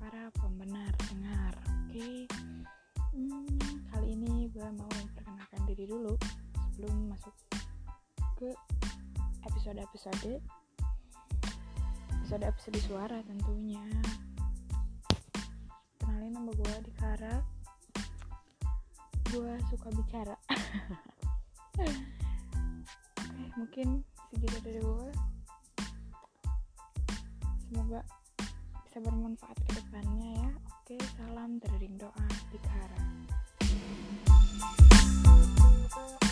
para pembenar dengar. Oke. Kali ini gue mau memperkenalkan diri dulu sebelum masuk ke episode suara tentunya. Kenalin, nama gue Dikara. Gue suka bicara. Oke, mungkin segitu dari gue. Semoga bisa bermanfaat ke depannya ya. Oke, salam terdering doa Dikara.